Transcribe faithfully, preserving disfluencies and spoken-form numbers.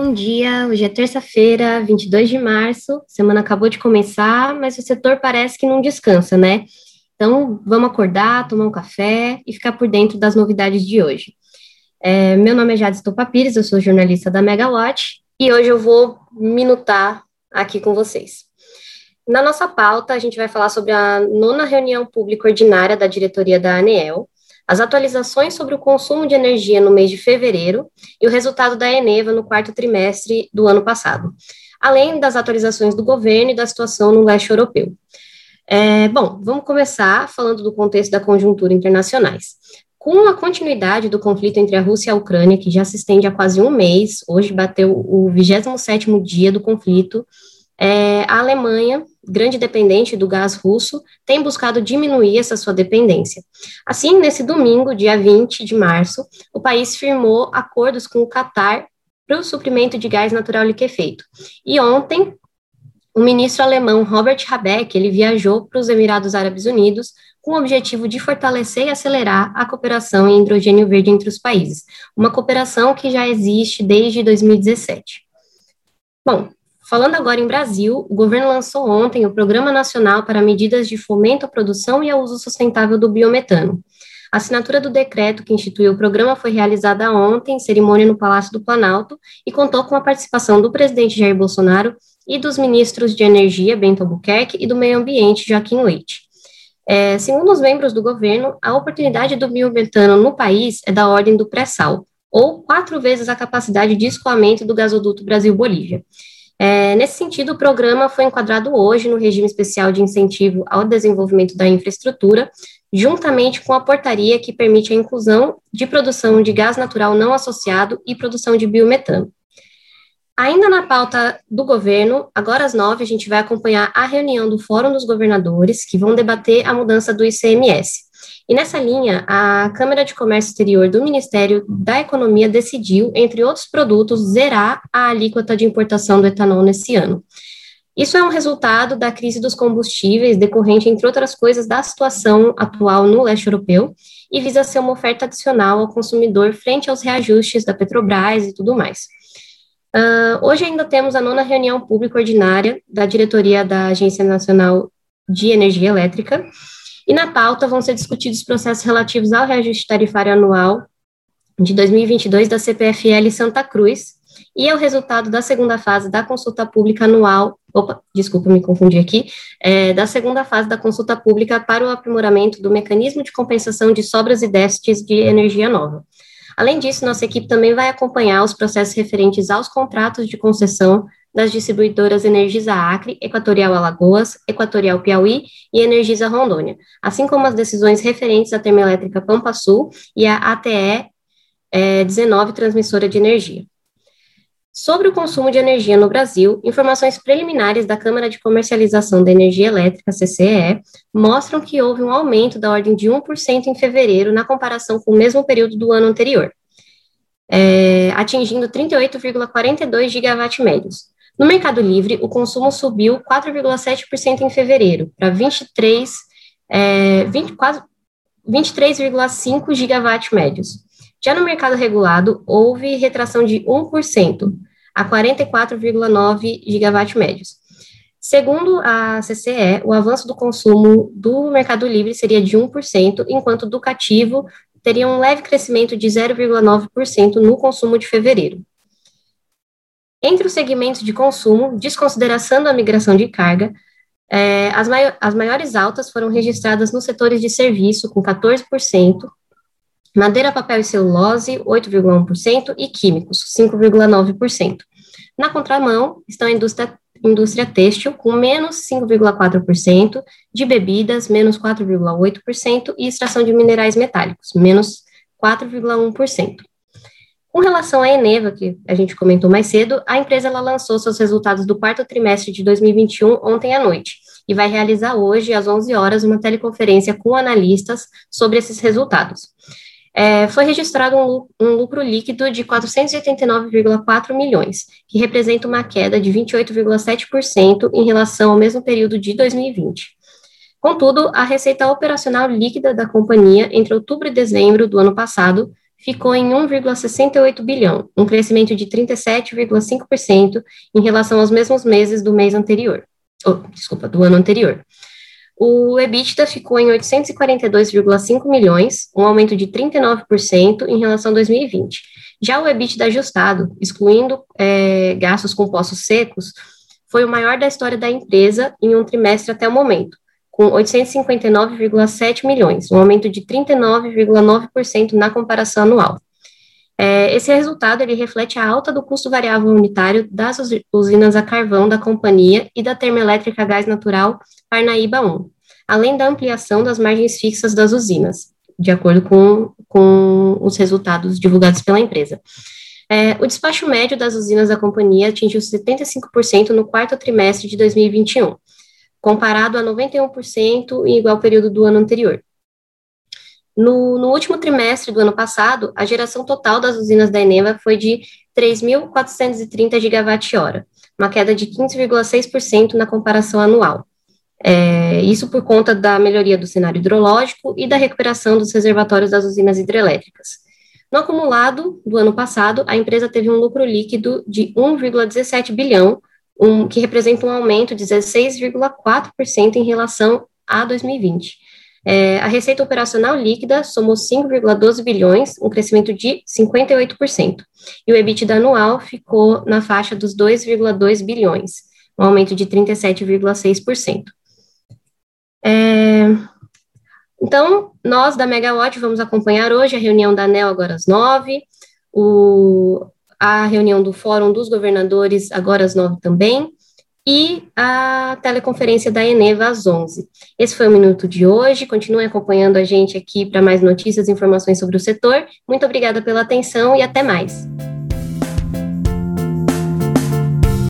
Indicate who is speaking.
Speaker 1: Bom dia, hoje é terça-feira, vinte e dois de março, semana acabou de começar, mas o setor parece que não descansa, né? Então, vamos acordar, tomar um café e ficar por dentro das novidades de hoje. É, meu nome é Jades Topapires, eu sou jornalista da Megawatt e hoje eu vou minutar aqui com vocês. Na nossa pauta, a gente vai falar sobre a nona reunião pública ordinária da diretoria da ANEEL, as atualizações sobre o consumo de energia no mês de fevereiro e o resultado da Eneva no quarto trimestre do ano passado, além das atualizações do governo e da situação no leste europeu. É, bom, vamos começar falando do contexto da conjuntura internacionais. Com a continuidade do conflito entre a Rússia e a Ucrânia, que já se estende há quase um mês, hoje bateu o vigésimo sétimo dia do conflito, é, a Alemanha, grande dependente do gás russo, tem buscado diminuir essa sua dependência. Assim, nesse domingo, dia vinte de março, o país firmou acordos com o Catar para o suprimento de gás natural liquefeito. E ontem, o ministro alemão Robert Habeck, ele viajou para os Emirados Árabes Unidos com o objetivo de fortalecer e acelerar a cooperação em hidrogênio verde entre os países, uma cooperação que já existe desde dois mil e dezessete. Bom, falando agora em Brasil, o governo lançou ontem o Programa Nacional para Medidas de Fomento à Produção e ao Uso Sustentável do Biometano. A assinatura do decreto que instituiu o programa foi realizada ontem, em cerimônia no Palácio do Planalto, e contou com a participação do presidente Jair Bolsonaro e dos ministros de Energia, Bento Albuquerque, e do Meio Ambiente, Joaquim Leite. É, segundo os membros do governo, a oportunidade do biometano no país é da ordem do pré-sal, ou quatro vezes a capacidade de escoamento do gasoduto Brasil-Bolívia. É, nesse sentido, o programa foi enquadrado hoje no regime especial de incentivo ao desenvolvimento da infraestrutura, juntamente com a portaria que permite a inclusão de produção de gás natural não associado e produção de biometano. Ainda na pauta do governo, agora às nove, a gente vai acompanhar a reunião do Fórum dos Governadores, que vão debater a mudança do I C M S. E nessa linha, a Câmara de Comércio Exterior do Ministério da Economia decidiu, entre outros produtos, zerar a alíquota de importação do etanol nesse ano. Isso é um resultado da crise dos combustíveis, decorrente, entre outras coisas, da situação atual no leste europeu, e visa ser uma oferta adicional ao consumidor frente aos reajustes da Petrobras e tudo mais. Uh, hoje ainda temos a nona reunião pública ordinária da diretoria da Agência Nacional de Energia Elétrica, e na pauta vão ser discutidos processos relativos ao reajuste tarifário anual de dois mil e vinte e dois da C P F L Santa Cruz e ao resultado da segunda fase da consulta pública anual, opa, desculpa, me confundi aqui, é, da segunda fase da consulta pública para o aprimoramento do mecanismo de compensação de sobras e déficits de energia nova. Além disso, nossa equipe também vai acompanhar os processos referentes aos contratos de concessão das distribuidoras Energisa Acre, Equatorial Alagoas, Equatorial Piauí e Energisa Rondônia, assim como as decisões referentes à termoelétrica Pampa Sul e à A T E é, dezenove Transmissora de Energia. Sobre o consumo de energia no Brasil, informações preliminares da Câmara de Comercialização da Energia Elétrica, C C E E, mostram que houve um aumento da ordem de um por cento em fevereiro na comparação com o mesmo período do ano anterior, é, atingindo trinta e oito vírgula quarenta e dois gigawatt-médios. No Mercado Livre, o consumo subiu quatro vírgula sete por cento em fevereiro, para vinte e três, é, vinte, quase vinte e três vírgula cinco gigawatt-médios. Já no mercado regulado, houve retração de um por cento, a quarenta e quatro vírgula nove gigawatt-médios. Segundo a C C E, o avanço do consumo do Mercado Livre seria de um por cento, enquanto do cativo teria um leve crescimento de zero vírgula nove por cento no consumo de fevereiro. Entre os segmentos de consumo, desconsiderando a migração de carga, eh, as, mai- as maiores altas foram registradas nos setores de serviço, com quatorze por cento, madeira, papel e celulose, oito vírgula um por cento, e químicos, cinco vírgula nove por cento. Na contramão, estão a indústria, indústria têxtil, com menos cinco vírgula quatro por cento, de bebidas, menos quatro vírgula oito por cento, e extração de minerais metálicos, menos quatro vírgula um por cento. Com relação à Eneva, que a gente comentou mais cedo, a empresa ela lançou seus resultados do quarto trimestre de dois mil e vinte e um ontem à noite, e vai realizar hoje, às onze horas, uma teleconferência com analistas sobre esses resultados. É, foi registrado um, um lucro líquido de quatrocentos e oitenta e nove vírgula quatro milhões, que representa uma queda de vinte e oito vírgula sete por cento em relação ao mesmo período de dois mil e vinte. Contudo, a receita operacional líquida da companhia entre outubro e dezembro do ano passado ficou em um vírgula sessenta e oito bilhão, um crescimento de trinta e sete vírgula cinco por cento em relação aos mesmos meses do mês anterior, oh, desculpa, do ano anterior. O EBITDA ficou em oitocentos e quarenta e dois vírgula cinco milhões, um aumento de trinta e nove por cento em relação a dois mil e vinte. Já o EBITDA ajustado, excluindo é, gastos com postos secos, foi o maior da história da empresa em um trimestre até o momento, com oitocentos e cinquenta e nove vírgula sete milhões, um aumento de trinta e nove vírgula nove por cento na comparação anual. É, esse resultado ele reflete a alta do custo variável unitário das usinas a carvão da companhia e da termoelétrica a gás natural Parnaíba um, além da ampliação das margens fixas das usinas, de acordo com, com os resultados divulgados pela empresa. É, o despacho médio das usinas da companhia atingiu setenta e cinco por cento no quarto trimestre de dois mil e vinte e um, comparado a noventa e um por cento em igual período do ano anterior. No, no último trimestre do ano passado, a geração total das usinas da Eneva foi de três mil quatrocentos e trinta gigawatt-hora, uma queda de quinze vírgula seis por cento na comparação anual. É, isso por conta da melhoria do cenário hidrológico e da recuperação dos reservatórios das usinas hidrelétricas. No acumulado do ano passado, a empresa teve um lucro líquido de um vírgula dezessete bilhão, um, que representa um aumento de dezesseis vírgula quatro por cento em relação a dois mil e vinte. É, a receita operacional líquida somou cinco vírgula doze bilhões, um crescimento de cinquenta e oito por cento, e o EBITDA anual ficou na faixa dos dois vírgula dois bilhões, um aumento de trinta e sete vírgula seis por cento. É, então, nós da Megawatt vamos acompanhar hoje a reunião da ANEEL agora às nove, o, a reunião do Fórum dos Governadores agora às nove também, e a teleconferência da Eneva às onze. Esse foi o Minuto de hoje, continuem acompanhando a gente aqui para mais notícias e informações sobre o setor. Muito obrigada pela atenção e até mais.